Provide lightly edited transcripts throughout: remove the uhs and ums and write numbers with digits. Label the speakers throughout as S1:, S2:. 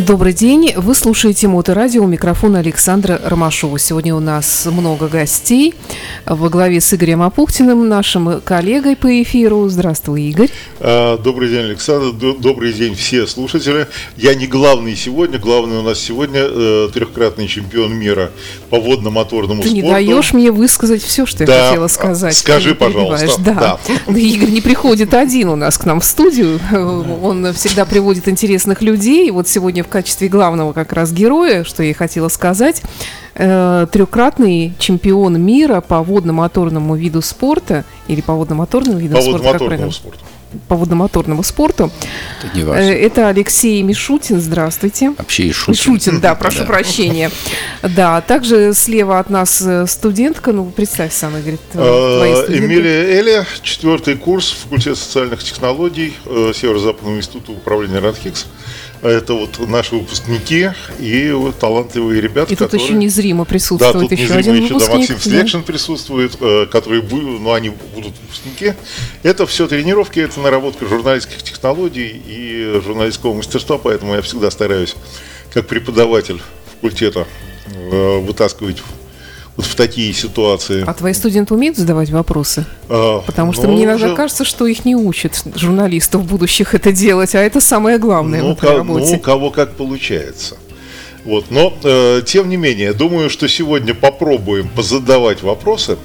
S1: Добрый день, вы слушаете Моторадио, у микрофона Александра Ромашова. Сегодня у нас много гостей во главе с Игорем Апухтиным, нашим коллегой по эфиру. Здравствуй, Игорь.
S2: Добрый день, Александр, добрый день все слушатели. Я не главный сегодня, главный у нас сегодня трехкратный чемпион мира по водно-моторному спорту.
S1: Ты не даешь мне высказать все, что я хотела сказать.
S2: Скажи, пожалуйста.
S1: Да. Игорь не приходит один у нас к нам в студию, он всегда приводит интересных людей. Вот сегодня в качестве главного как раз героя, что я и хотела сказать, трехкратный чемпион мира по водно-моторному виду спорта или по водно-моторному виду спорта. По водно-моторному спорту. Это Алексей Мишутин. Здравствуйте.
S3: Вообще и Шутин.
S1: Шутин, да, прошу прощения. Да, также слева от нас студентка, представь сам, Игорь, твои студенты.
S2: Эмилия Эля, 4-й курс, факультет социальных технологий Северо-Западного института управления РАНХИКС. Это вот наши выпускники и вот талантливые ребята,
S1: и тут еще незримо присутствует,
S2: да, тут
S1: еще
S2: незримо
S1: один
S2: еще,
S1: выпускник.
S2: Максим Слекшин присутствует, которые они будут выпускники. Это все тренировки, это наработка журналистских технологий и журналистского мастерства, поэтому я всегда стараюсь, как преподаватель факультета, вытаскивать вот в такие ситуации.
S1: А твои студенты умеют задавать вопросы? Потому что мне иногда кажется, что их не учат журналистов будущих это делать, а это самое главное в этой работе.
S2: У кого как получается. Вот. Но, тем не менее, думаю, что сегодня попробуем позадавать вопросы.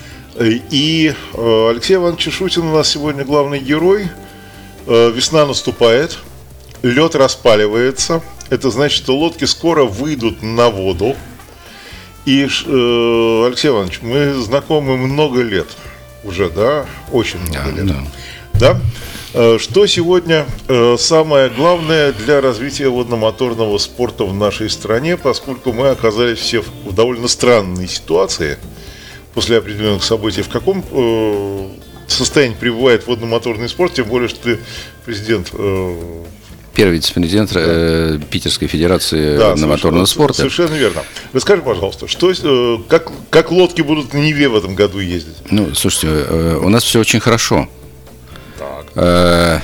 S2: И Алексей Иванович Шутин у нас сегодня главный герой. Весна наступает, лед распаливается. Это значит, что лодки скоро выйдут на воду. И, Алексей Иванович, мы знакомы много лет уже, да? Очень много лет. Да? Что сегодня самое главное для развития водно-моторного спорта в нашей стране, поскольку мы оказались все в довольно странной ситуации после определенных событий. В каком состоянии пребывает водно-моторный спорт, тем более, что ты президент...
S3: Первый вице-президент Питерской Федерации водно-моторного спорта.
S2: Совершенно верно. Расскажи, пожалуйста, как лодки будут на Неве в этом году ездить?
S3: Слушайте, у нас все очень хорошо.
S2: Так.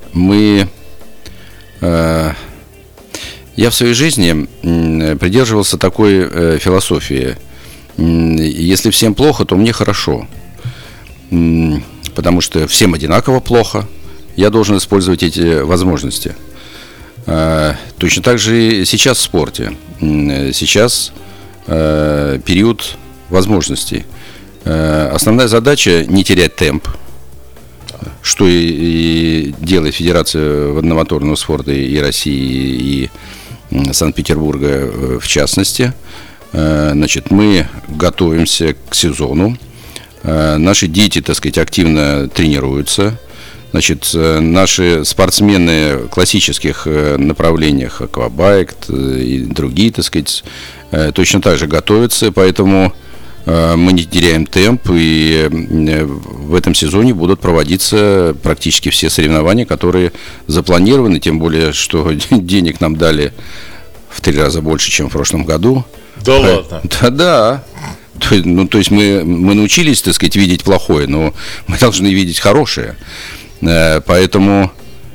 S3: Я в своей жизни придерживался такой философии. Если всем плохо, то мне хорошо. Потому что всем одинаково плохо. Я должен использовать эти возможности. Точно так же и сейчас в спорте. Сейчас период возможностей. Основная задача – не терять темп, что и делает Федерация водно-моторного спорта и России, и Санкт-Петербурга в частности. Значит, мы готовимся к сезону. Наши дети, так сказать, активно тренируются. Значит, наши спортсмены в классических направлениях, аквабайк и другие, так сказать, точно так же готовятся, поэтому мы не теряем темп, и в этом сезоне будут проводиться практически все соревнования, которые запланированы, тем более, что денег нам дали в 3 раза больше, чем в прошлом году.
S2: Да ладно?
S3: Да. То есть мы научились, так сказать, видеть плохое, но мы должны видеть хорошее. Поэтому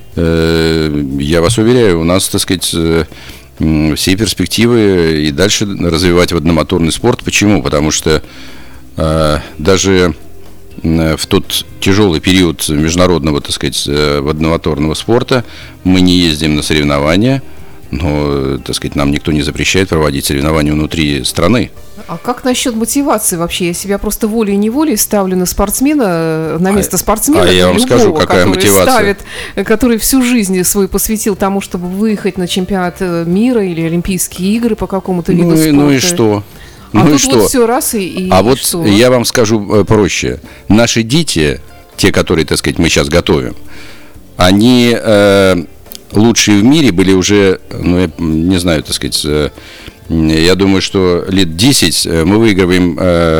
S3: я вас уверяю, у нас, так сказать, все перспективы и дальше развивать водно-моторный спорт. Почему? Потому что даже в тот тяжелый период международного, так сказать, водно-моторного спорта мы не ездим на соревнования, но, так сказать, нам никто не запрещает проводить соревнования внутри страны.
S1: А как насчет мотивации вообще? Я себя просто волей-неволей ставлю на спортсмена, на место спортсмена,
S3: я вам скажу, какая мотивация.
S1: Который всю жизнь свою посвятил тому, чтобы выехать на чемпионат мира или Олимпийские игры по какому-то виду спорта.
S3: Ну и что?
S1: Вот все раз и
S3: вот
S1: что?
S3: Я вам скажу проще. Наши дети, те, которые, так сказать, мы сейчас готовим, они лучшие в мире были уже, я не знаю, так сказать, я думаю, что лет 10 мы выигрываем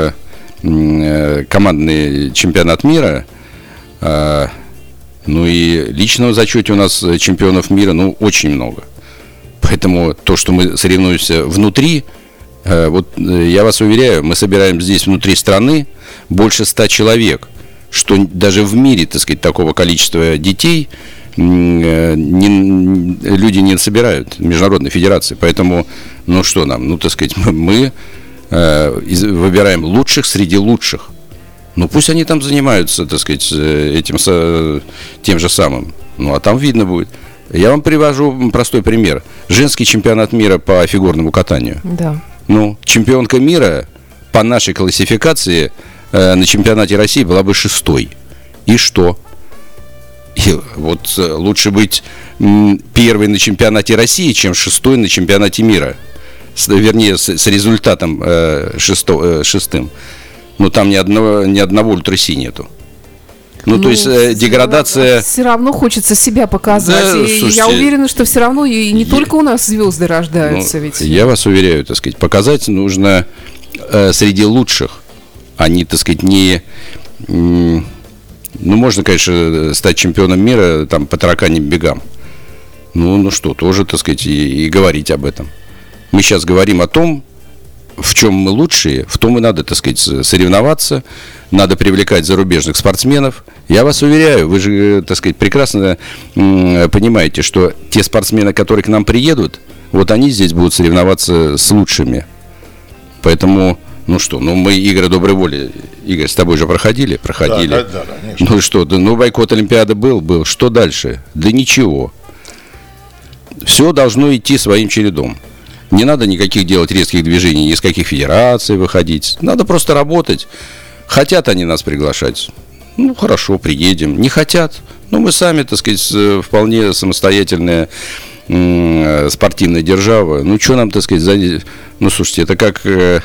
S3: командный чемпионат мира. И личного зачете у нас чемпионов мира, очень много. Поэтому то, что мы соревнуемся внутри, я вас уверяю, мы собираем здесь внутри страны больше 100 человек, что даже в мире, так сказать, такого количества детей люди не собирают, международные федерации. Поэтому, ну что нам, ну, так сказать, мы выбираем лучших среди лучших. Ну, пусть они там занимаются, так сказать, тем же самым. Ну, а там видно будет. Я вам привожу простой пример. Женский чемпионат мира по фигурному катанию.
S1: Да.
S3: Ну, чемпионка мира по нашей классификации на чемпионате России была бы 6-й. И что? И вот лучше быть первой на чемпионате России, чем 6-й на чемпионате мира. Вернее, с результатом 6-м. Но там ни одного ультраси нету. Ну, то есть деградация...
S1: Все равно хочется себя показать.
S3: Да,
S1: и
S3: слушайте,
S1: я уверена, что все равно и не только у нас звезды рождаются.
S3: Ну,
S1: ведь.
S3: Я вас уверяю, так сказать, показать нужно среди лучших. Они, так сказать, не... Ну, можно, конечно, стать чемпионом мира там, по тараканьим бегам. Ну что, тоже, так сказать, и говорить об этом. Мы сейчас говорим о том, в чем мы лучшие, в том и надо, так сказать, соревноваться, надо привлекать зарубежных спортсменов. Я вас уверяю, вы же, так сказать, прекрасно понимаете, что те спортсмены, которые к нам приедут, вот они здесь будут соревноваться с лучшими. Поэтому, ну что, мы игры доброй воли, Игорь, с тобой же проходили.
S2: Да, конечно.
S3: Ну что, бойкот Олимпиады был, что дальше? Да ничего. Все должно идти своим чередом. Не надо никаких делать резких движений, ни из каких федераций выходить. Надо просто работать. Хотят они нас приглашать. Ну, хорошо, приедем. Не хотят. Ну, мы сами, так сказать, вполне самостоятельная спортивная держава. Ну, что нам, так сказать, Ну, слушайте, это как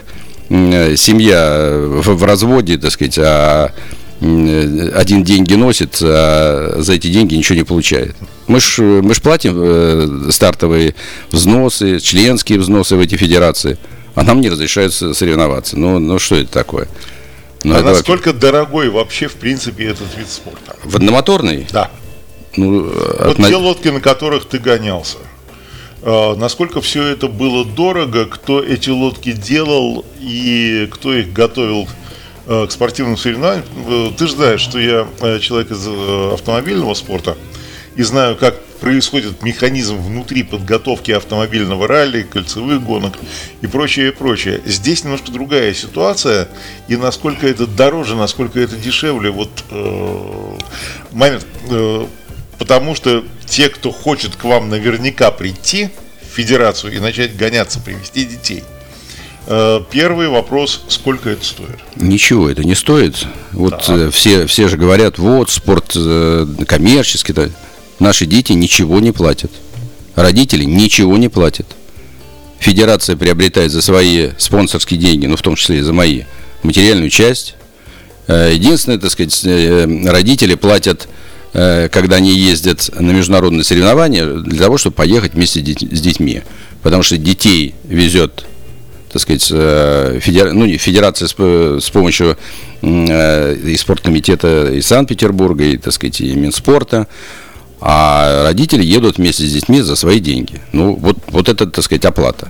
S3: семья в разводе, так сказать, один деньги носит, а за эти деньги ничего не получает. Мы ж платим стартовые взносы, членские взносы в эти федерации, а нам не разрешают соревноваться. Ну что это такое?
S2: А насколько дорогой вообще, в принципе, этот вид спорта?
S3: В одномоторный?
S2: Да. Вот те лодки, на которых ты гонялся. Насколько все это было дорого, кто эти лодки делал и кто их готовил к спортивным соревнованиям? Ты же знаешь, что я человек из автомобильного спорта и знаю, как происходит механизм внутри подготовки автомобильного ралли, кольцевых гонок и прочее, прочее. Здесь немножко другая ситуация, и насколько это дороже, насколько это дешевле, момент, потому что те, кто хочет к вам наверняка прийти в федерацию и начать гоняться, привести детей, первый вопрос: сколько это стоит? Ничего
S3: это не стоит. Вот все же говорят, вот спорт коммерческий. -то. Наши дети ничего не платят. Родители ничего не платят. Федерация приобретает за свои спонсорские деньги, в том числе и за мои, материальную часть. Единственное, так сказать, родители платят, когда они ездят на международные соревнования, для того, чтобы поехать вместе с детьми. Потому что детей везет, так сказать, федерация с помощью и спорткомитета из Санкт-Петербурга, и, так сказать, и Минспорта. А родители едут вместе с детьми за свои деньги. Вот это, так сказать, оплата.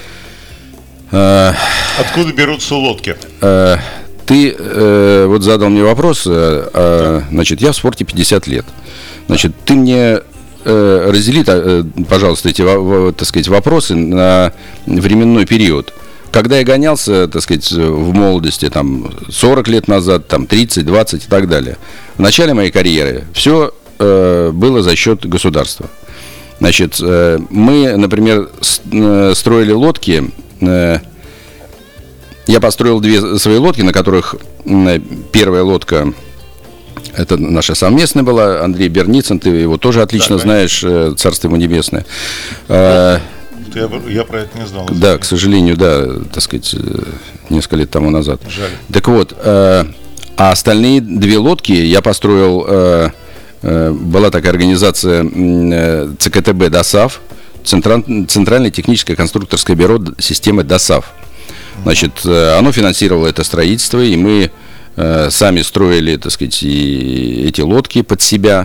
S2: Откуда берутся лодки?
S3: Ты вот задал мне вопрос. Значит, я в спорте 50 лет. Значит, ты мне раздели, пожалуйста, эти, так сказать, вопросы на временной период. Когда я гонялся, так сказать, в молодости, 40 лет назад, 30, 20 и так далее. В начале моей карьеры все было за счет государства. Значит, мы, например, строили лодки. Я построил 2 свои лодки, на которых первая лодка, это наша совместная была, Андрей Берницын, ты его тоже отлично знаешь, царство ему небесное.
S2: Я про это не знал.
S3: Да, к сожалению, так сказать, несколько лет тому назад.
S2: Жаль.
S3: Так вот, а остальные 2 лодки я построил. Была такая организация ЦКТБ ДОСАВ, Центральное техническое конструкторское бюро системы ДОСАВ. Значит, оно финансировало это строительство, и мы сами строили, так сказать, и эти лодки под себя.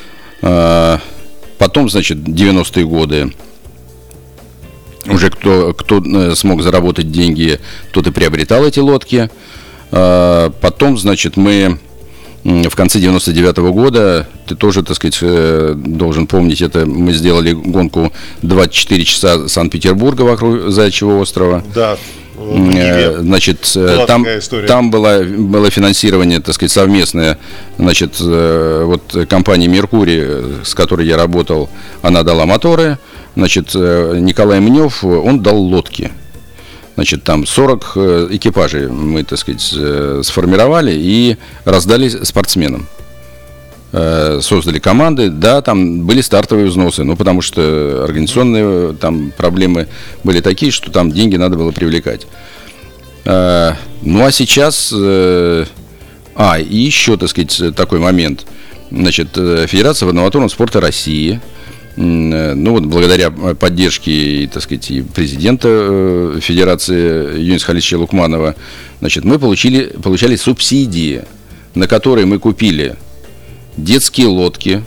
S3: Потом, значит, 90-е годы уже кто смог заработать деньги, тот и приобретал эти лодки. Потом, значит, мы в конце 99-го года, ты тоже, так сказать, должен помнить, это мы сделали гонку 24 часа Санкт-Петербурга вокруг Заячьего острова.
S2: Да.
S3: Значит, там было финансирование, так сказать, совместное. Значит, вот компания «Меркурий», с которой я работал, она дала моторы. Значит, Николай Мнев, он дал лодки. Значит, там 40 экипажей мы, так сказать, сформировали и раздали спортсменам. Создали команды, да, там были стартовые взносы, ну, потому что организационные там проблемы были такие, что там деньги надо было привлекать. Ну, а сейчас, и еще, так сказать, такой момент. Значит, Федерация водно-моторного спорта России, ну, вот благодаря поддержке, так сказать, и президента Федерации Юниса Халича Лукманова, значит, мы получали субсидии, на которые мы купили детские лодки,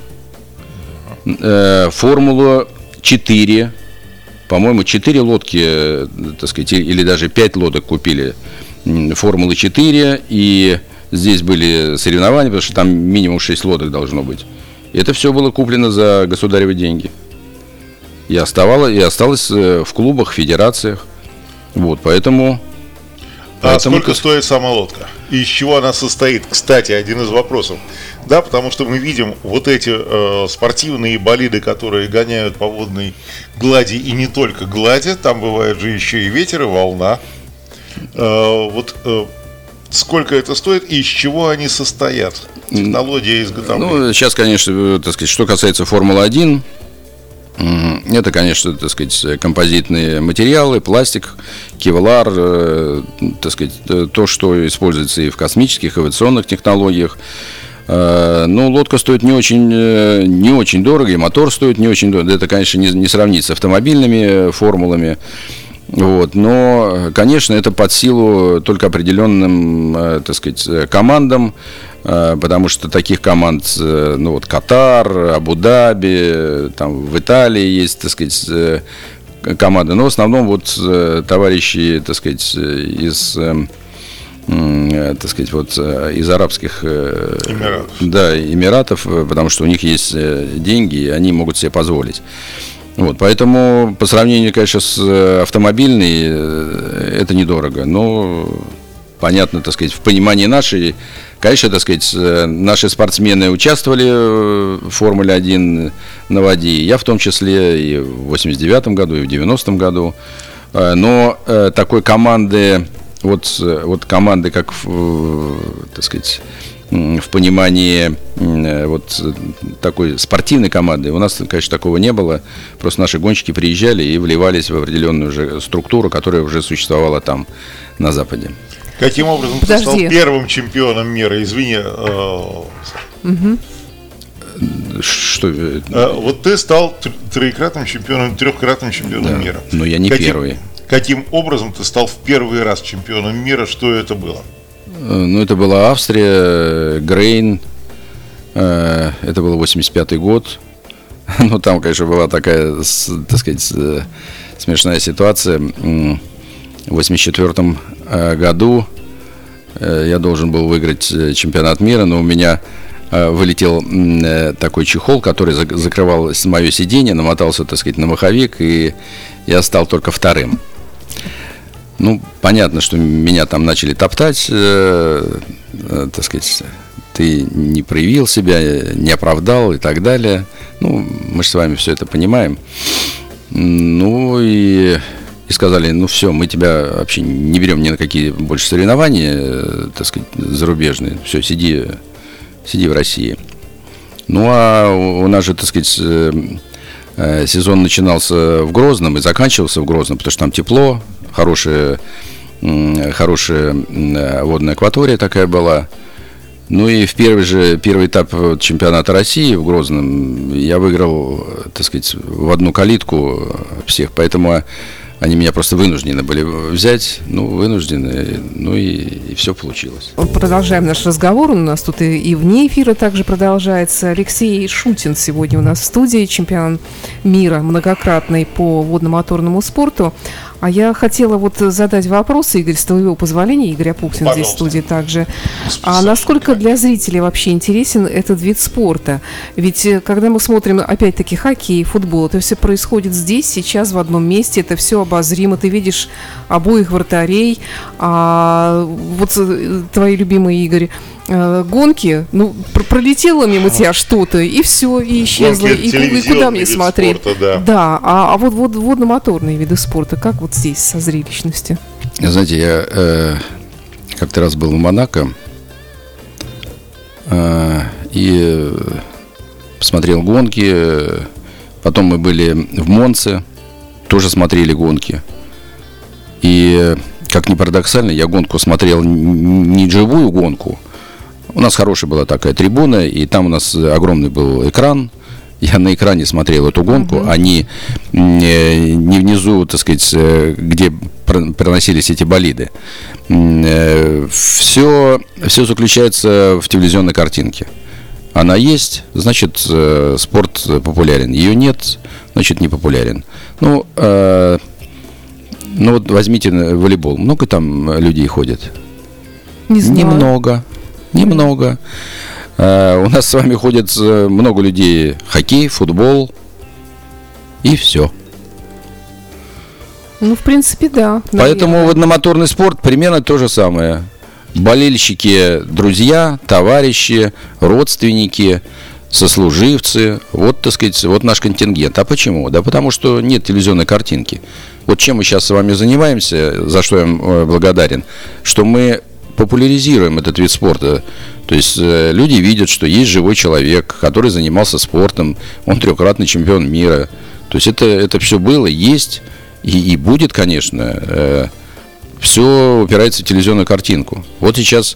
S3: Формулу-4, по-моему, 4 лодки, так сказать, или даже 5 лодок купили Формулы-4, и здесь были соревнования, потому что там минимум 6 лодок должно быть. И это все было куплено за государевы деньги. И осталось в клубах, федерациях. Вот, поэтому...
S2: сколько стоит сама лодка? И из чего она состоит? Кстати, один из вопросов. Да, потому что мы видим вот эти спортивные болиды, которые гоняют по водной глади и не только глади. Там бывает же еще и ветер, и волна. Сколько это стоит и из чего они состоят? Технология изготовления.
S3: Ну, сейчас, конечно, так сказать, что касается Формулы-1, это, конечно, так сказать, композитные материалы, пластик, кевлар, так сказать, то, что используется и в космических, авиационных технологиях. Ну, лодка стоит не очень дорого, и мотор стоит не очень дорого. Это, конечно, не сравнить с автомобильными формулами. Вот, но, конечно, это под силу только определенным, так сказать, командам, потому что таких команд, ну вот Катар, Абу-Даби, там в Италии есть, так сказать, команды, но в основном вот товарищи, так сказать, из, так сказать, вот из арабских Эмиратов, потому что у них есть деньги, и они могут себе позволить. Вот, поэтому по сравнению, конечно, с автомобильной, это недорого. Но понятно, так сказать, в понимании нашей, конечно, так сказать, наши спортсмены участвовали в Формуле-1 на воде. Я в том числе и в 89-м году, и в 90-м году. Но такой команды, вот команды, как, так сказать, в понимании вот такой спортивной команды у нас, конечно, такого не было. Просто наши гонщики приезжали и вливались в определенную уже структуру, которая уже существовала там, на Западе.
S2: Каким образом ты стал первым чемпионом мира? Извини.
S3: Что?
S2: Вот ты стал трехкратным чемпионом мира.
S3: Но я не первый.
S2: Каким образом ты стал в первый раз чемпионом мира? Что это было?
S3: Ну, это была Австрия, Грейн, это был 85-й год. Ну, там, конечно, была такая, так сказать, смешная ситуация. В 84-м году я должен был выиграть чемпионат мира, но у меня вылетел такой чехол, который закрывал мое сиденье, намотался, так сказать, на маховик, и я стал только вторым. Ну, понятно, что меня там начали топтать, так сказать, ты не проявил себя, не оправдал и так далее. Ну, мы же с вами все это понимаем. Ну, и сказали, ну, все, мы тебя вообще не берем ни на какие больше соревнования, так сказать, зарубежные. Все, сиди в России. Ну, а у нас же, так сказать, сезон начинался в Грозном и заканчивался в Грозном, потому что там тепло, хорошая водная акватория такая была. Ну и в первый этап чемпионата России в Грозном я выиграл, так сказать, в одну калитку всех. Поэтому Они меня просто вынуждены были взять, вынуждены, и все получилось.
S1: Продолжаем наш разговор. У нас тут и вне эфира также продолжается. Алексей Шутин сегодня у нас в студии, чемпион мира многократный по водно-моторному спорту. А я хотела задать вопрос, Игорь, с твоего позволения, Игорь Апухтин здесь в студии также. А насколько для зрителей вообще интересен этот вид спорта? Ведь когда мы смотрим, опять-таки, хоккей, футбол, это все происходит здесь, сейчас, в одном месте, это все обозримо, ты видишь обоих вратарей, твои любимые, Игорь, гонки, пролетело мимо тебя что-то, и все, и исчезло, и куда мне смотреть?
S2: Спорта,
S1: да, а водно-моторные виды спорта, как здесь со зрелищностью?
S3: Знаете, я как-то раз был в Монако и посмотрел гонки, потом мы были в Монце, тоже смотрели гонки, и, как ни парадоксально, я гонку смотрел не живую гонку. У нас хорошая была такая трибуна, и там у нас огромный был экран. Я на экране смотрел эту гонку, а не внизу, так сказать, где проносились эти болиды. Все заключается в телевизионной картинке. Она есть, значит, спорт популярен. Ее нет, значит, не популярен. Возьмите волейбол. Много там людей ходит?
S1: Не знаю.
S3: Немного. У нас с вами ходит много людей. Хоккей, футбол и все.
S1: В принципе, да.
S3: Поэтому водномоторный спорт примерно то же самое. Болельщики, друзья, товарищи, родственники, сослуживцы. Так сказать, наш контингент. А почему? Да потому что нет телевизионной картинки. Чем мы сейчас с вами занимаемся, за что я им благодарен, что мы популяризируем этот вид спорта. То есть люди видят, что есть живой человек, который занимался спортом, он 3-кратный чемпион мира. То есть это все было, есть и будет, конечно. Все упирается в телевизионную картинку. Сейчас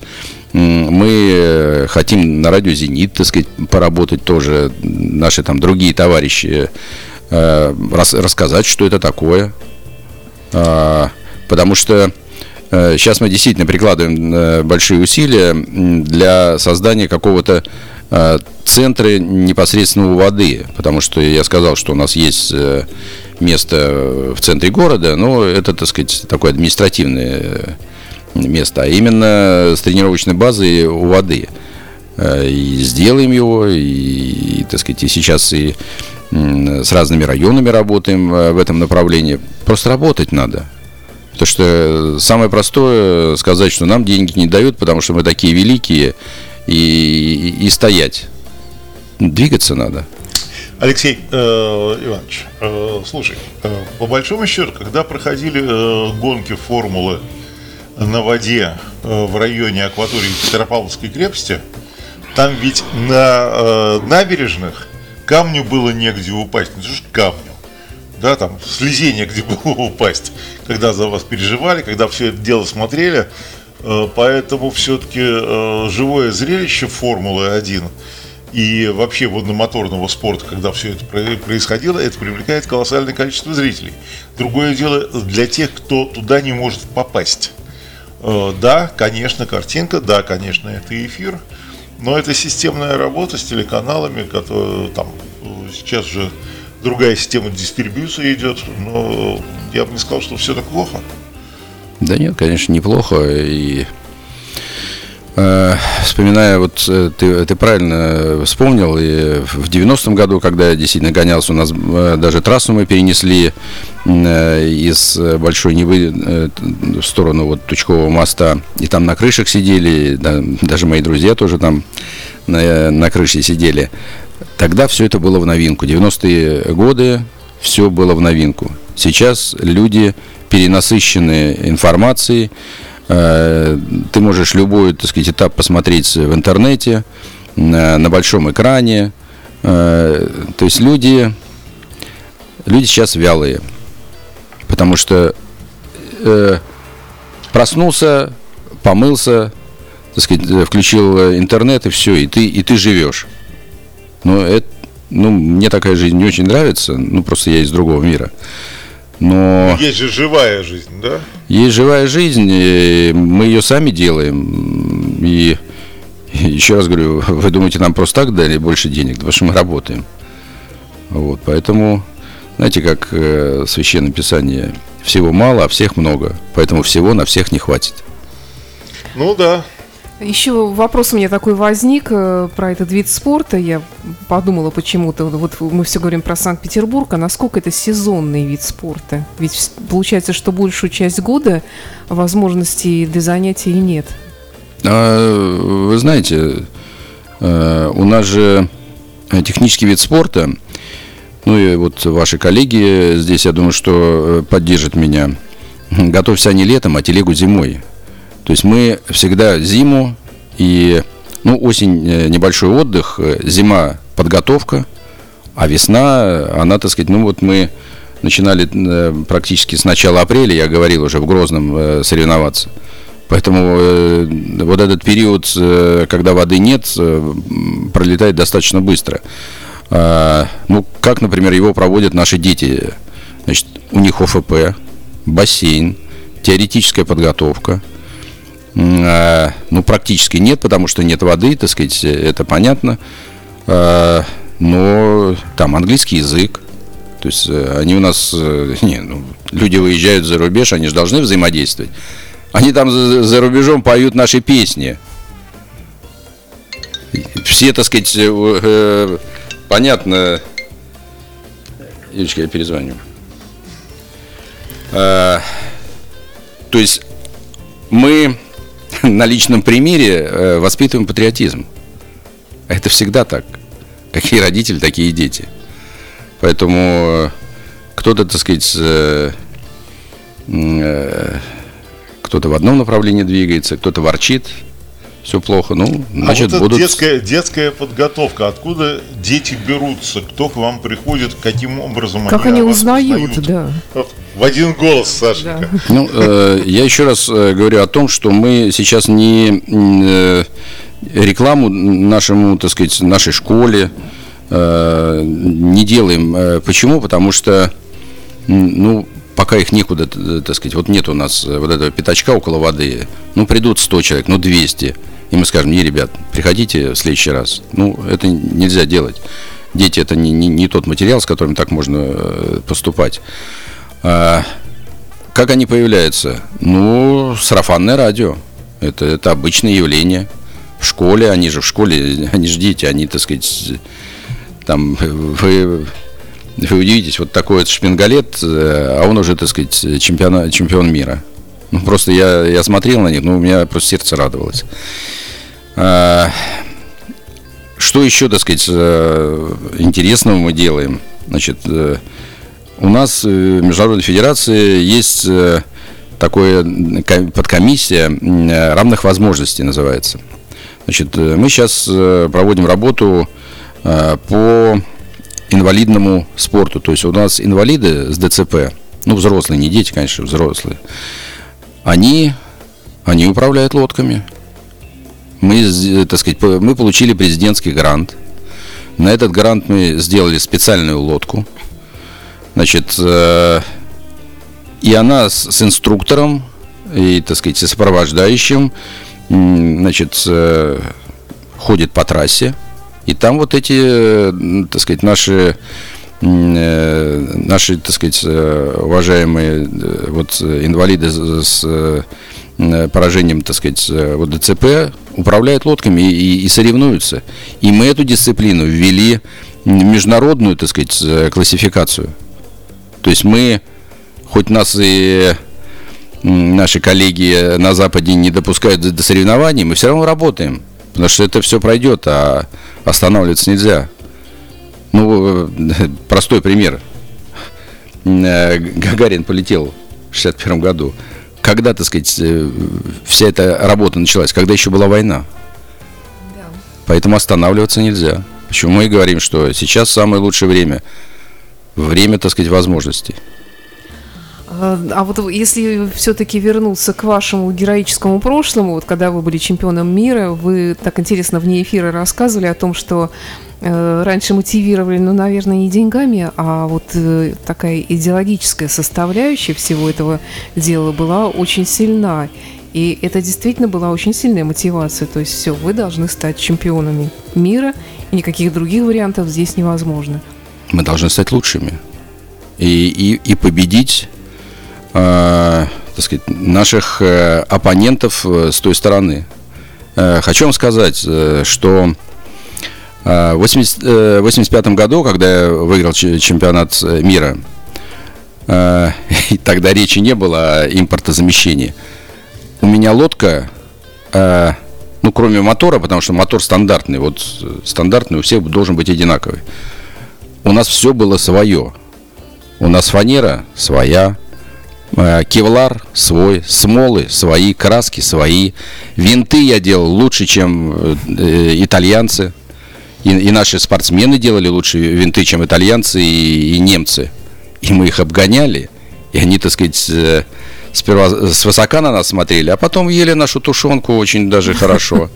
S3: мы хотим на радио «Зенит», так сказать, поработать тоже, наши там другие товарищи, рассказать, что это такое. Потому что сейчас мы действительно прикладываем большие усилия для создания какого-то центра непосредственно у воды. Потому что я сказал, что у нас есть место в центре города, но это, так сказать, такое административное место. А именно с тренировочной базой у воды. И сделаем его, и так сказать, и сейчас и с разными районами работаем в этом направлении. Просто работать надо. Потому что самое простое сказать, что нам деньги не дают, потому что мы такие великие, и стоять. Двигаться надо.
S2: Алексей Иванович, слушай, по большому счету, когда проходили гонки формулы на воде в районе акватории Петропавловской крепости, там ведь на набережных камню было негде упасть. Ну что ж камню? Да, там слезе негде было упасть, когда за вас переживали, когда все это дело смотрели. Поэтому все-таки живое зрелище Формулы-1 и вообще водно-моторного спорта, когда все это происходило, это привлекает колоссальное количество зрителей. Другое дело для тех, кто туда не может попасть. Да, конечно, картинка, да, конечно, это эфир, но это системная работа с телеканалами, которые там сейчас же другая система дистрибьюции идет, но я бы не сказал, что все так плохо.
S3: Да нет, конечно, неплохо. И вспоминая, ты правильно вспомнил, и в 90-м году, когда я действительно гонялся, у нас даже трассу мы перенесли из Большой Невы в сторону Тучкового моста, и там на крышах сидели, даже мои друзья тоже там на крыше сидели. Тогда все это было в новинку. 90-е годы все было в новинку. Сейчас люди перенасыщены информацией. Ты можешь любой, так сказать, этап посмотреть в интернете, на большом экране. То есть люди сейчас вялые. Потому что проснулся, помылся, так сказать, включил интернет, и все, и ты живешь. Мне такая жизнь не очень нравится, просто я из другого мира. Но
S2: есть же живая жизнь, да?
S3: есть живая жизнь, и мы ее сами делаем. И еще раз говорю, вы думаете, нам просто так дали больше денег? Потому что мы работаем. Вот, поэтому, знаете, как в Священном Писании, всего мало, а всех много. Поэтому всего на всех не хватит.
S2: Ну да.
S1: Еще вопрос у меня такой возник про этот вид спорта. Я подумала почему-то, вот мы все говорим про Санкт-Петербург, а насколько это сезонный вид спорта? Ведь получается, что большую часть года возможностей для занятий нет.
S3: Вы знаете, у нас же технический вид спорта, ну и вот ваши коллеги здесь, я думаю, что поддержат меня. Готовься не летом, а телегу зимой. То есть мы всегда зиму и, осень небольшой отдых, зима подготовка, а весна, она, так сказать, мы начинали практически с начала апреля, я говорил уже, в Грозном соревноваться. Поэтому вот этот период, когда воды нет, пролетает достаточно быстро. Как, например, его проводят наши дети. Значит, у них ОФП, бассейн, теоретическая подготовка. Практически нет, потому что нет воды, так сказать, это понятно. Но там английский язык. То есть они у нас, люди выезжают за рубеж, они же должны взаимодействовать. Они там за рубежом поют наши песни. Все, так сказать, понятно. Юлечка, я перезвоню. То есть мы на личном примере воспитываем патриотизм. Это всегда так. Какие родители, такие дети. Поэтому кто-то, так сказать, кто-то в одном направлении двигается, кто-то ворчит, все плохо. Значит,
S2: вот
S3: будут...
S2: детская подготовка. Откуда дети берутся? Кто к вам приходит? Каким образом
S1: как они узнают? Да.
S2: В один голос, Сашенька.
S1: Да.
S3: Я еще раз говорю о том, что мы сейчас не рекламу нашему, так сказать, нашей школе не делаем. Почему? Потому что, пока их некуда, так сказать, вот нет у нас вот этого пятачка около воды, придут 100 человек, 200, и мы скажем: ребят, приходите в следующий раз. Это нельзя делать. Дети — это не тот материал, с которым так можно поступать. Как они появляются? Сарафанное радио. Это обычное явление. В школе, они же дети, они, так сказать, там, вы удивитесь, вот такой вот шпингалет, а он уже, так сказать, чемпион мира. Просто я смотрел на них, у меня просто сердце радовалось. Что еще, так сказать, интересного мы делаем? Значит, у нас в Международной Федерации есть такая подкомиссия равных возможностей, называется. Значит, мы сейчас проводим работу по инвалидному спорту. То есть у нас инвалиды с ДЦП, взрослые, не дети, конечно, взрослые, они управляют лодками. Мы, так сказать, мы получили президентский грант. На этот грант мы сделали специальную лодку. Значит, и она с инструктором и, так сказать, с сопровождающим, значит, ходит по трассе. И там вот эти, так сказать, наши, так сказать, уважаемые вот инвалиды с поражением, так сказать, вот ДЦП управляют лодками и соревнуются. И мы эту дисциплину ввели в международную, так сказать, классификацию. То есть мы, хоть нас и наши коллеги на Западе не допускают до соревнований, мы все равно работаем. Потому что это все пройдет, а останавливаться нельзя. Простой пример. Гагарин полетел в 1961 году. Когда, так сказать, вся эта работа началась? Когда еще была война. Да. Поэтому останавливаться нельзя. Почему мы и говорим, что сейчас самое лучшее время. Время, так сказать, возможностей.
S1: А вот если все-таки вернуться к вашему героическому прошлому, вот когда вы были чемпионом мира, вы так интересно вне эфира рассказывали о том, что раньше мотивировали, ну, наверное, не деньгами, а вот такая идеологическая составляющая всего этого дела была очень сильна. И это действительно была очень сильная мотивация. То есть все, вы должны стать чемпионами мира, и никаких других вариантов здесь невозможно.
S3: Мы должны стать лучшими и победить, так сказать, наших оппонентов с той стороны. Хочу вам сказать, что в 1985 году, когда я выиграл чемпионат мира, и тогда речи не было о импортозамещении, у меня лодка, ну, кроме мотора, потому что мотор стандартный, вот стандартный у всех должен быть одинаковый. У нас все было свое. У нас фанера своя, кевлар свой, смолы свои, краски свои. Винты я делал лучше, чем итальянцы. И наши спортсмены делали лучше винты, чем итальянцы и немцы. И мы их обгоняли. И они, так сказать, сперва свысока на нас смотрели, а потом ели нашу тушенку очень даже хорошо.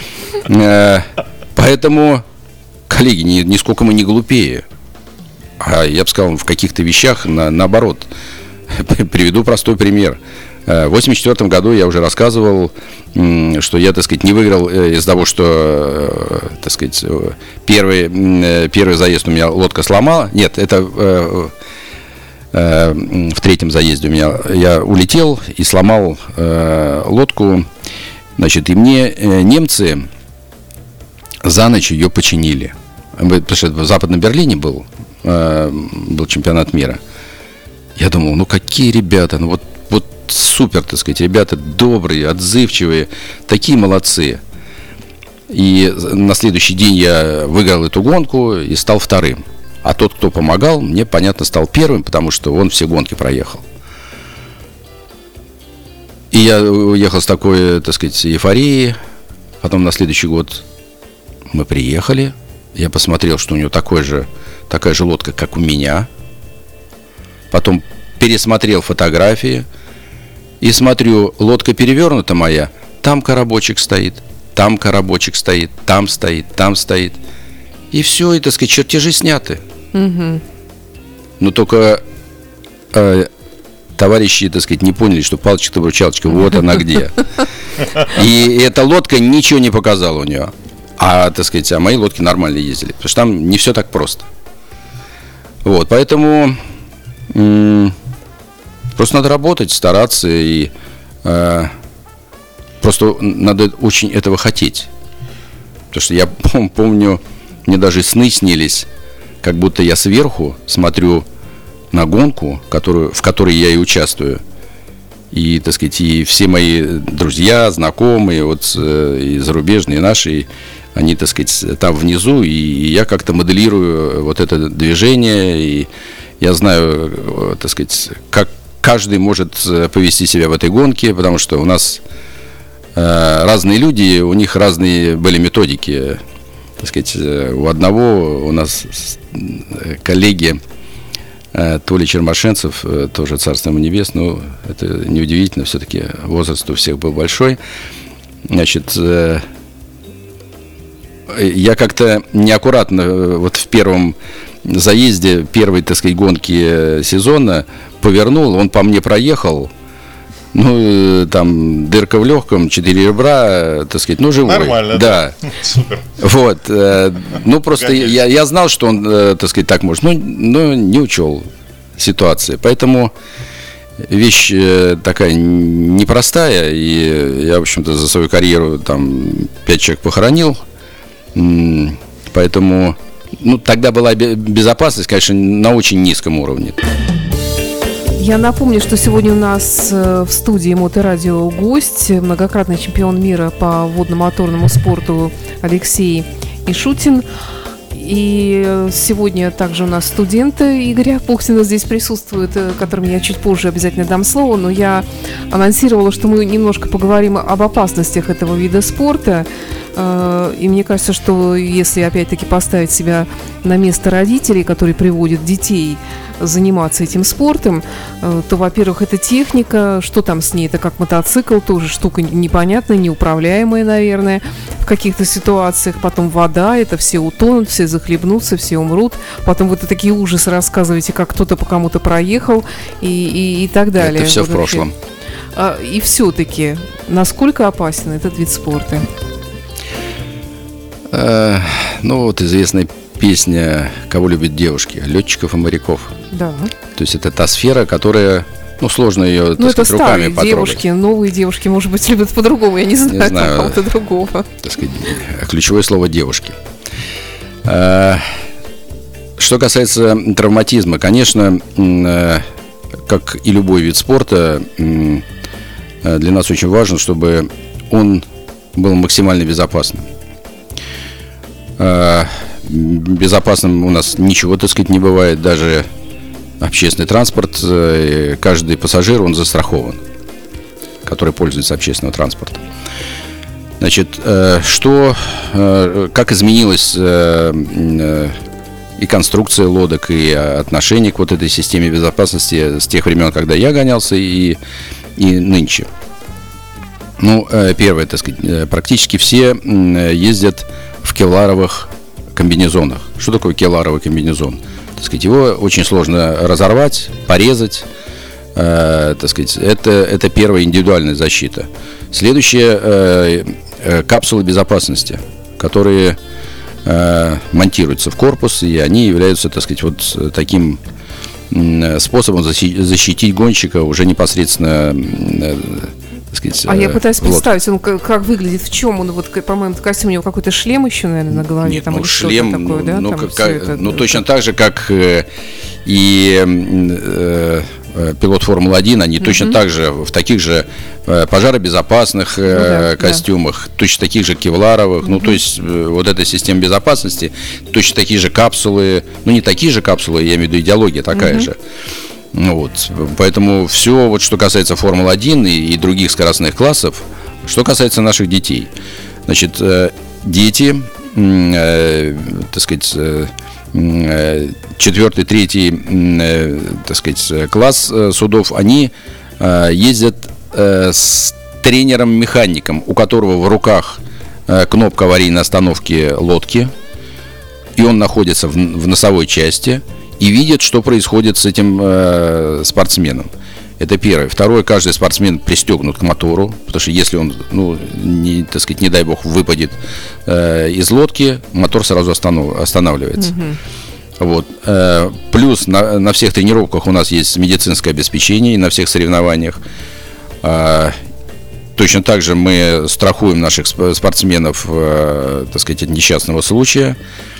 S3: Поэтому, коллеги, нисколько мы не глупее. А я бы сказал, в каких-то вещах наоборот. Приведу простой пример. В 1984 году я уже рассказывал, что я, так сказать, не выиграл из-за того, что, так сказать, первый заезд у меня лодка сломала. Нет, это в третьем заезде я улетел и сломал лодку. Значит, и мне немцы за ночь ее починили. Потому что в Западном Берлине был чемпионат мира. Я думал, ну какие ребята, ну вот супер, так сказать, ребята добрые, отзывчивые, такие молодцы. И на следующий день я выиграл эту гонку и стал вторым. А тот, кто помогал, мне, понятно, стал первым, потому что он все гонки проехал. И я уехал с такой, так сказать, эйфорией. Потом на следующий год мы приехали. Я посмотрел, что у него такая же лодка, как у меня. Потом пересмотрел фотографии. И смотрю, лодка перевернута моя. Там коробочек стоит, там коробочек стоит, там стоит, там стоит. И все, и, так сказать, чертежи сняты. Угу. Но только товарищи, так сказать, не поняли, что палочка-выручалочка, вот она где. И эта лодка ничего не показала у нее. А, так сказать, мои лодки нормально ездили. Потому что там не все так просто. Вот, поэтому просто надо работать, стараться. И просто надо очень этого хотеть. Потому что я помню, мне даже сны снились, как будто я сверху смотрю на гонку, в которой я и участвую. И, так сказать, и все мои друзья, знакомые, вот, и зарубежные, и наши, они, так сказать, там внизу, и я как-то моделирую вот это движение, и я знаю, так сказать, как каждый может повести себя в этой гонке, потому что у нас разные люди, у них разные были методики. Так сказать, у одного у нас коллеги Толя Чермашенцев, тоже царство ему небес, но это неудивительно, все-таки возраст у всех был большой. Значит, я как-то неаккуратно вот в первом заезде первой, так сказать, гонки сезона повернул, он по мне проехал. Ну, там, дырка в легком, 4 ребра, так сказать, ну, живой.
S2: Нормально,
S3: да.
S2: Супер.
S3: Вот, ну, просто я знал, что он, так сказать, так может, но не учел ситуации. Поэтому вещь такая непростая, и я, в общем-то, за свою карьеру там 5 человек похоронил. Поэтому, ну, тогда была безопасность, конечно, на очень низком уровне.
S1: Я напомню, что сегодня у нас в студии Моторадио гость, многократный чемпион мира по водно-моторному спорту Алексей Ишутин. И сегодня также у нас студент Игорь Апухтин здесь присутствует, которым я чуть позже обязательно дам слово. Но я анонсировала, что мы немножко поговорим об опасностях этого вида спорта. И мне кажется, что если опять-таки поставить себя на место родителей, которые приводят детей заниматься этим спортом, то, во-первых, это техника, что там с ней, это как мотоцикл, тоже штука непонятная, неуправляемая, наверное, в каких-то ситуациях, потом вода, это все утонут, все захлебнутся, все умрут, потом вот такие ужасы рассказываете, как кто-то по кому-то проехал и так далее.
S3: Это все
S1: вот
S3: в прошлом.
S1: И все-таки, насколько опасен этот вид спорта?
S3: Ну, вот известная песня «Кого любят девушки?» летчиков и моряков.
S1: Да.
S3: То есть это та сфера, которая, ну, сложно ее, так сказать, руками потрогать.
S1: Девушки, новые девушки, может быть, любят по-другому, я не знаю,
S3: знаю,
S1: кого-то другого.
S3: Так сказать, ключевое слово «девушки». Что касается травматизма, конечно, как и любой вид спорта, для нас очень важно, чтобы он был максимально безопасным. Безопасным у нас ничего, так сказать, не бывает. Даже общественный транспорт, каждый пассажир, он застрахован, который пользуется общественным транспортом. Значит, как изменилась и конструкция лодок, и отношение к вот этой системе безопасности с тех времен, когда я гонялся, и нынче. Ну, первое, так сказать, практически все ездят в кевларовых комбинезонах. Что такое кевларовый комбинезон? Так сказать, его очень сложно разорвать, порезать. Так сказать, это первая индивидуальная защита. Следующее капсулы безопасности, которые монтируются в корпус, и они являются, так сказать, вот таким способом защитить гонщика уже непосредственно, так сказать,
S1: я пытаюсь представить, он как выглядит, в чем он, вот, по-моему, костюм у него какой-то шлем еще, наверное, на голове.
S3: Нет,
S1: там,
S3: ну, шлем,
S1: такое, да?
S3: Точно так же, как и пилот Формулы-1, они точно так же в таких же пожаробезопасных костюмах, точно таких же кевларовых, ну, то есть вот эта система безопасности, точно такие же капсулы, ну, не такие же капсулы, я имею в виду идеология такая же. Ну, вот, поэтому все, вот, что касается Формулы-1 и других скоростных классов, что касается наших детей, значит, дети, так сказать, 4-й, 3-й, так сказать, класс судов, они ездят с тренером-механиком, у которого в руках кнопка аварийной остановки лодки, и он находится в носовой части и видит, что происходит с этим спортсменом. Это первое. Второе, каждый спортсмен пристегнут к мотору, потому что если он, ну, не, так сказать, не дай бог, выпадет из лодки, мотор сразу останавливается. Вот. Плюс на всех тренировках у нас есть медицинское обеспечение, и на всех соревнованиях. Точно так же мы страхуем наших спортсменов, так сказать, от несчастного случая.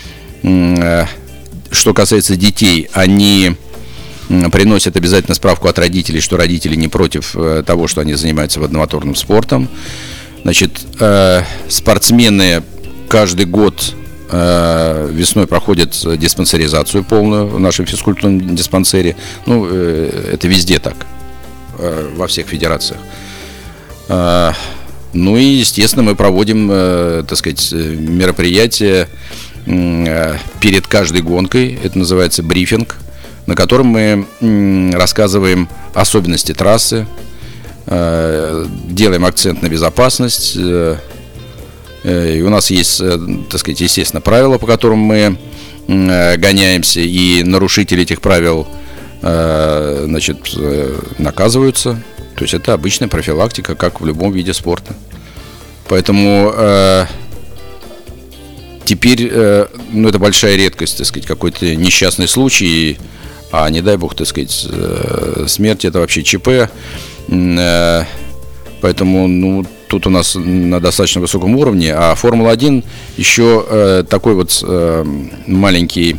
S3: Что касается детей, они приносят обязательно справку от родителей, что родители не против того, что они занимаются водномоторным спортом. Значит, спортсмены каждый год весной проходят диспансеризацию полную в нашем физкультурном диспансере. Ну, это везде так, во всех федерациях. Ну и, естественно, мы проводим, так сказать, мероприятия перед каждой гонкой. Это называется брифинг, на котором мы рассказываем особенности трассы, делаем акцент на безопасность. И у нас есть, так сказать, естественно, правила, по которым мы гоняемся, и нарушители этих правил, значит, наказываются. То есть это обычная профилактика, как в любом виде спорта. Поэтому теперь, ну, это большая редкость, так сказать, какой-то несчастный случай, а не дай бог, так сказать, смерть — это вообще ЧП. Поэтому, ну, тут у нас на достаточно высоком уровне, а Формула-1 еще такой вот маленькая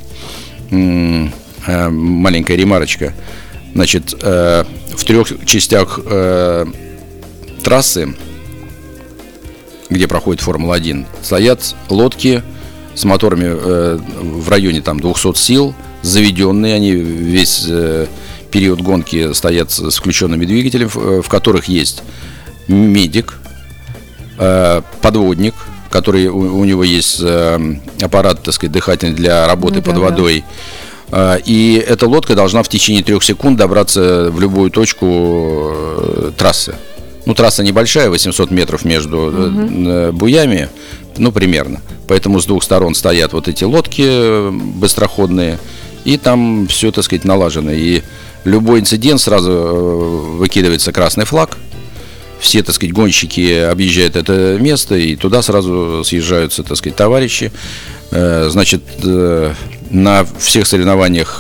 S3: ремарочка. Значит, в 3 частях трассы, где проходит Формула-1, стоят лодки с моторами в районе там 200 сил, заведенные, они весь период гонки стоят с включенными двигателями, в которых есть медик, подводник, который у него есть аппарат, так сказать, дыхательный для работы под водой. И эта лодка должна в течение 3 секунд добраться в любую точку трассы. Ну, трасса небольшая, 800 метров между буями, ну, примерно. Поэтому с 2 сторон стоят вот эти лодки быстроходные, и там все, так сказать, налажено. И любой инцидент сразу выкидывается красный флаг. Все, так сказать, гонщики объезжают это место, и туда сразу съезжаются, так сказать, товарищи. Значит, на всех соревнованиях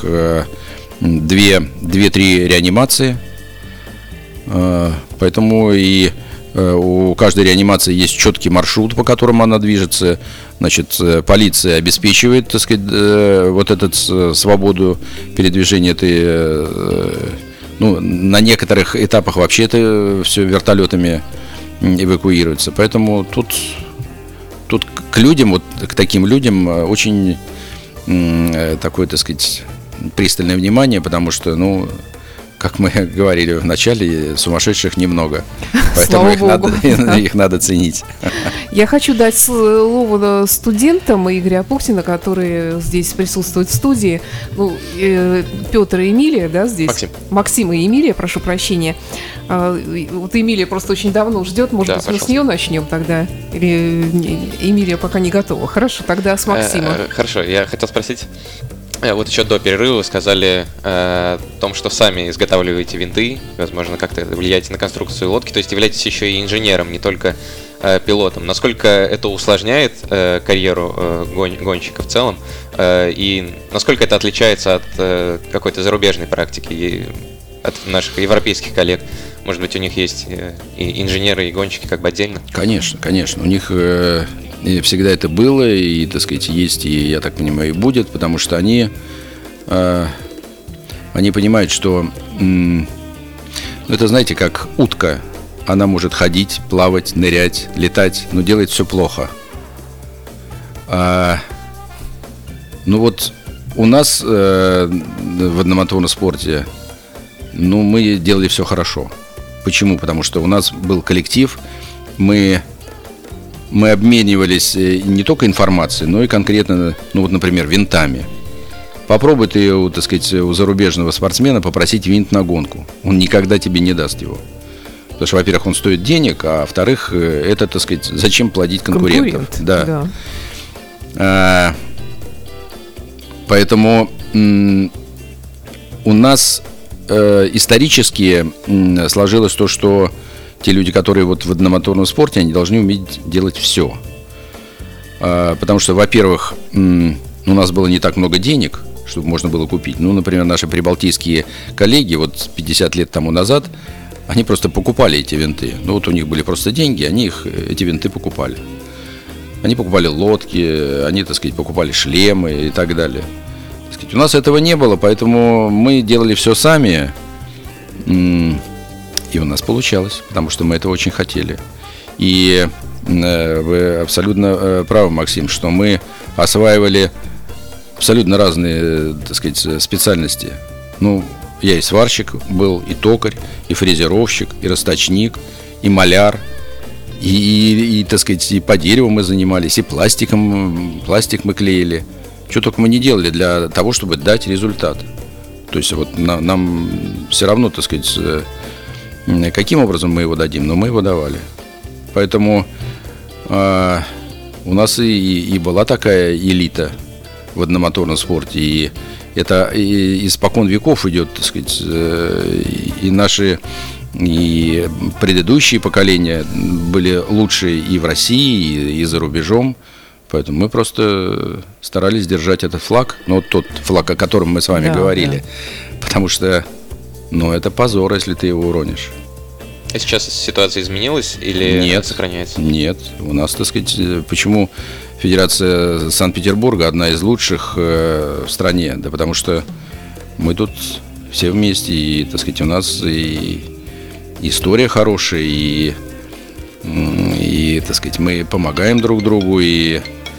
S3: 2-3 реанимации. Поэтому и у каждой реанимации есть четкий маршрут, по которому она движется. Значит, полиция обеспечивает, так сказать, вот эту свободу передвижения этой. Ну, на некоторых этапах вообще это все вертолетами эвакуируется. Поэтому тут к людям, вот к таким людям очень такое, так сказать, пристальное внимание, потому что, ну, как мы говорили в начале, сумасшедших немного. Поэтому их надо ценить.
S1: Я хочу дать слово студентам Игоря Апухтина, которые здесь присутствуют в студии. Ну, Петр и Эмилия, да, здесь? Максим и Эмилия, прошу прощения. Вот Эмилия просто очень давно ждет. Может быть, мы с нее начнем тогда? Или Эмилия пока не готова? Хорошо, тогда с Максима.
S4: Хорошо, я хотел спросить. Вот еще до перерыва вы сказали о том, что сами изготавливаете винты, возможно, как-то влияете на конструкцию лодки, то есть являетесь еще и инженером, не только пилотом. Насколько это усложняет карьеру гонщика в целом, и насколько это отличается от какой-то зарубежной практики и от наших европейских коллег? Может быть, у них есть и инженеры, и гонщики как бы отдельно?
S3: Конечно, конечно. У них всегда это было, и, так сказать, есть, и, я так понимаю, и будет, потому что они понимают, что это, знаете, как утка. Она может ходить, плавать, нырять, летать, но делает все плохо. Ну вот у нас в одномоторном спорте, ну, мы делали все хорошо. Почему? Потому что у нас был коллектив, мы обменивались не только информацией, но и конкретно, ну вот, например, винтами. Попробуй ты, так сказать, у зарубежного спортсмена попросить винт на гонку. Он никогда тебе не даст его. Потому что, во-первых, он стоит денег, а во-вторых, это, так сказать, зачем плодить конкурентов? Да. Поэтому у нас исторически сложилось то, что те люди, которые вот в одномоторном спорте, они должны уметь делать все. Потому что, во-первых, у нас было не так много денег, чтобы можно было купить. Ну, например, наши прибалтийские коллеги вот 50 лет тому назад, они просто покупали эти винты. Ну, вот у них были просто деньги, они эти винты покупали. Они покупали лодки, они, так сказать, покупали шлемы и так далее. Так сказать, у нас этого не было, поэтому мы делали все сами. И у нас получалось, потому что мы этого очень хотели. И вы абсолютно правы, Максим, что мы осваивали абсолютно разные, так сказать, специальности. Ну, я и сварщик был, и токарь, и фрезеровщик, и расточник, и маляр, и, так сказать, и по дереву мы занимались, и пластик мы клеили. Что только мы не делали для того, чтобы дать результат. То есть вот нам все равно, так сказать, каким образом мы его дадим, но мы его давали. Поэтому у нас и была такая элита в одномоторном спорте, и это испокон веков идет, так сказать, и наши и предыдущие поколения были лучшие и в России, и за рубежом. Поэтому мы просто старались держать этот флаг, ну, тот флаг, о котором мы с вами говорили. Да. Потому что, ну, это позор, если ты его уронишь.
S4: А сейчас ситуация изменилась или сохраняется?
S3: Нет, у нас, так сказать, почему Федерация Санкт-Петербурга одна из лучших в стране? Да потому что мы тут все вместе, и, так сказать, у нас и история хорошая, и так сказать, мы помогаем друг другу, и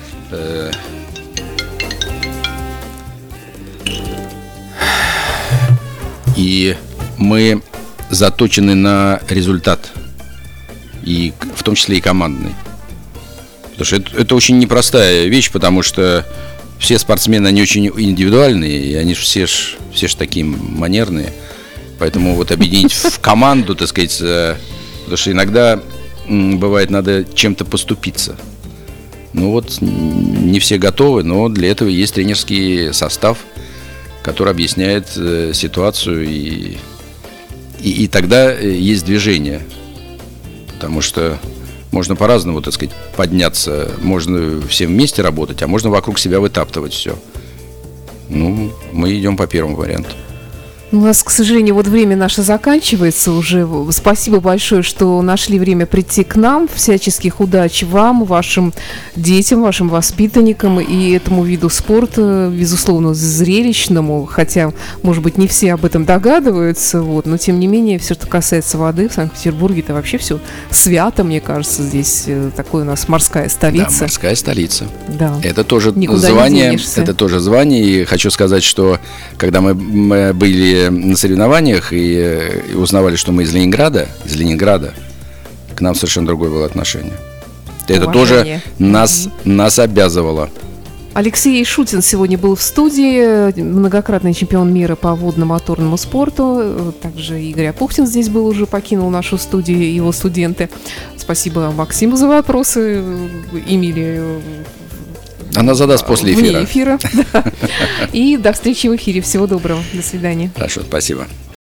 S3: мы заточены на результат, и в том числе и командный. Потому что это очень непростая вещь, потому что все спортсмены, они очень индивидуальные, и они все ж такие манерные. Поэтому вот объединить в команду, так сказать, потому что иногда бывает надо чем-то поступиться. Ну вот, не все готовы, но для этого есть тренерский состав, который объясняет ситуацию, и тогда есть движение. Потому что можно по-разному, так сказать, подняться. Можно всем вместе работать, а можно вокруг себя вытаптывать все. Ну, мы идем по первому варианту.
S1: У нас, к сожалению, вот время наше заканчивается уже. Спасибо большое, что нашли время прийти к нам. Всяческих удач вам, вашим детям, вашим воспитанникам и этому виду спорта, безусловно, зрелищному. Хотя, может быть, не все об этом догадываются, вот, но тем не менее, все, что касается воды в Санкт-Петербурге, это вообще все свято, мне кажется. Здесь такой у нас морская столица.
S3: Да, морская столица.
S1: Да.
S3: Это тоже
S1: Никуда
S3: звание.
S1: не денешься.
S3: Это тоже звание. И хочу сказать, что когда мы были на соревнованиях и узнавали, что мы из Ленинграда, к нам совершенно другое было отношение. Это
S1: Уважение.
S3: тоже нас обязывало.
S1: Алексей Шутин сегодня был в студии, многократный чемпион мира по водно-моторному спорту. Также Игорь Апухтин здесь был, уже покинул нашу студию, его студенты. Спасибо Максиму за вопросы, Эмилии.
S3: Она задаст после эфира.
S1: Вне эфира. И до встречи в эфире. Всего доброго. До свидания.
S3: Хорошо, спасибо.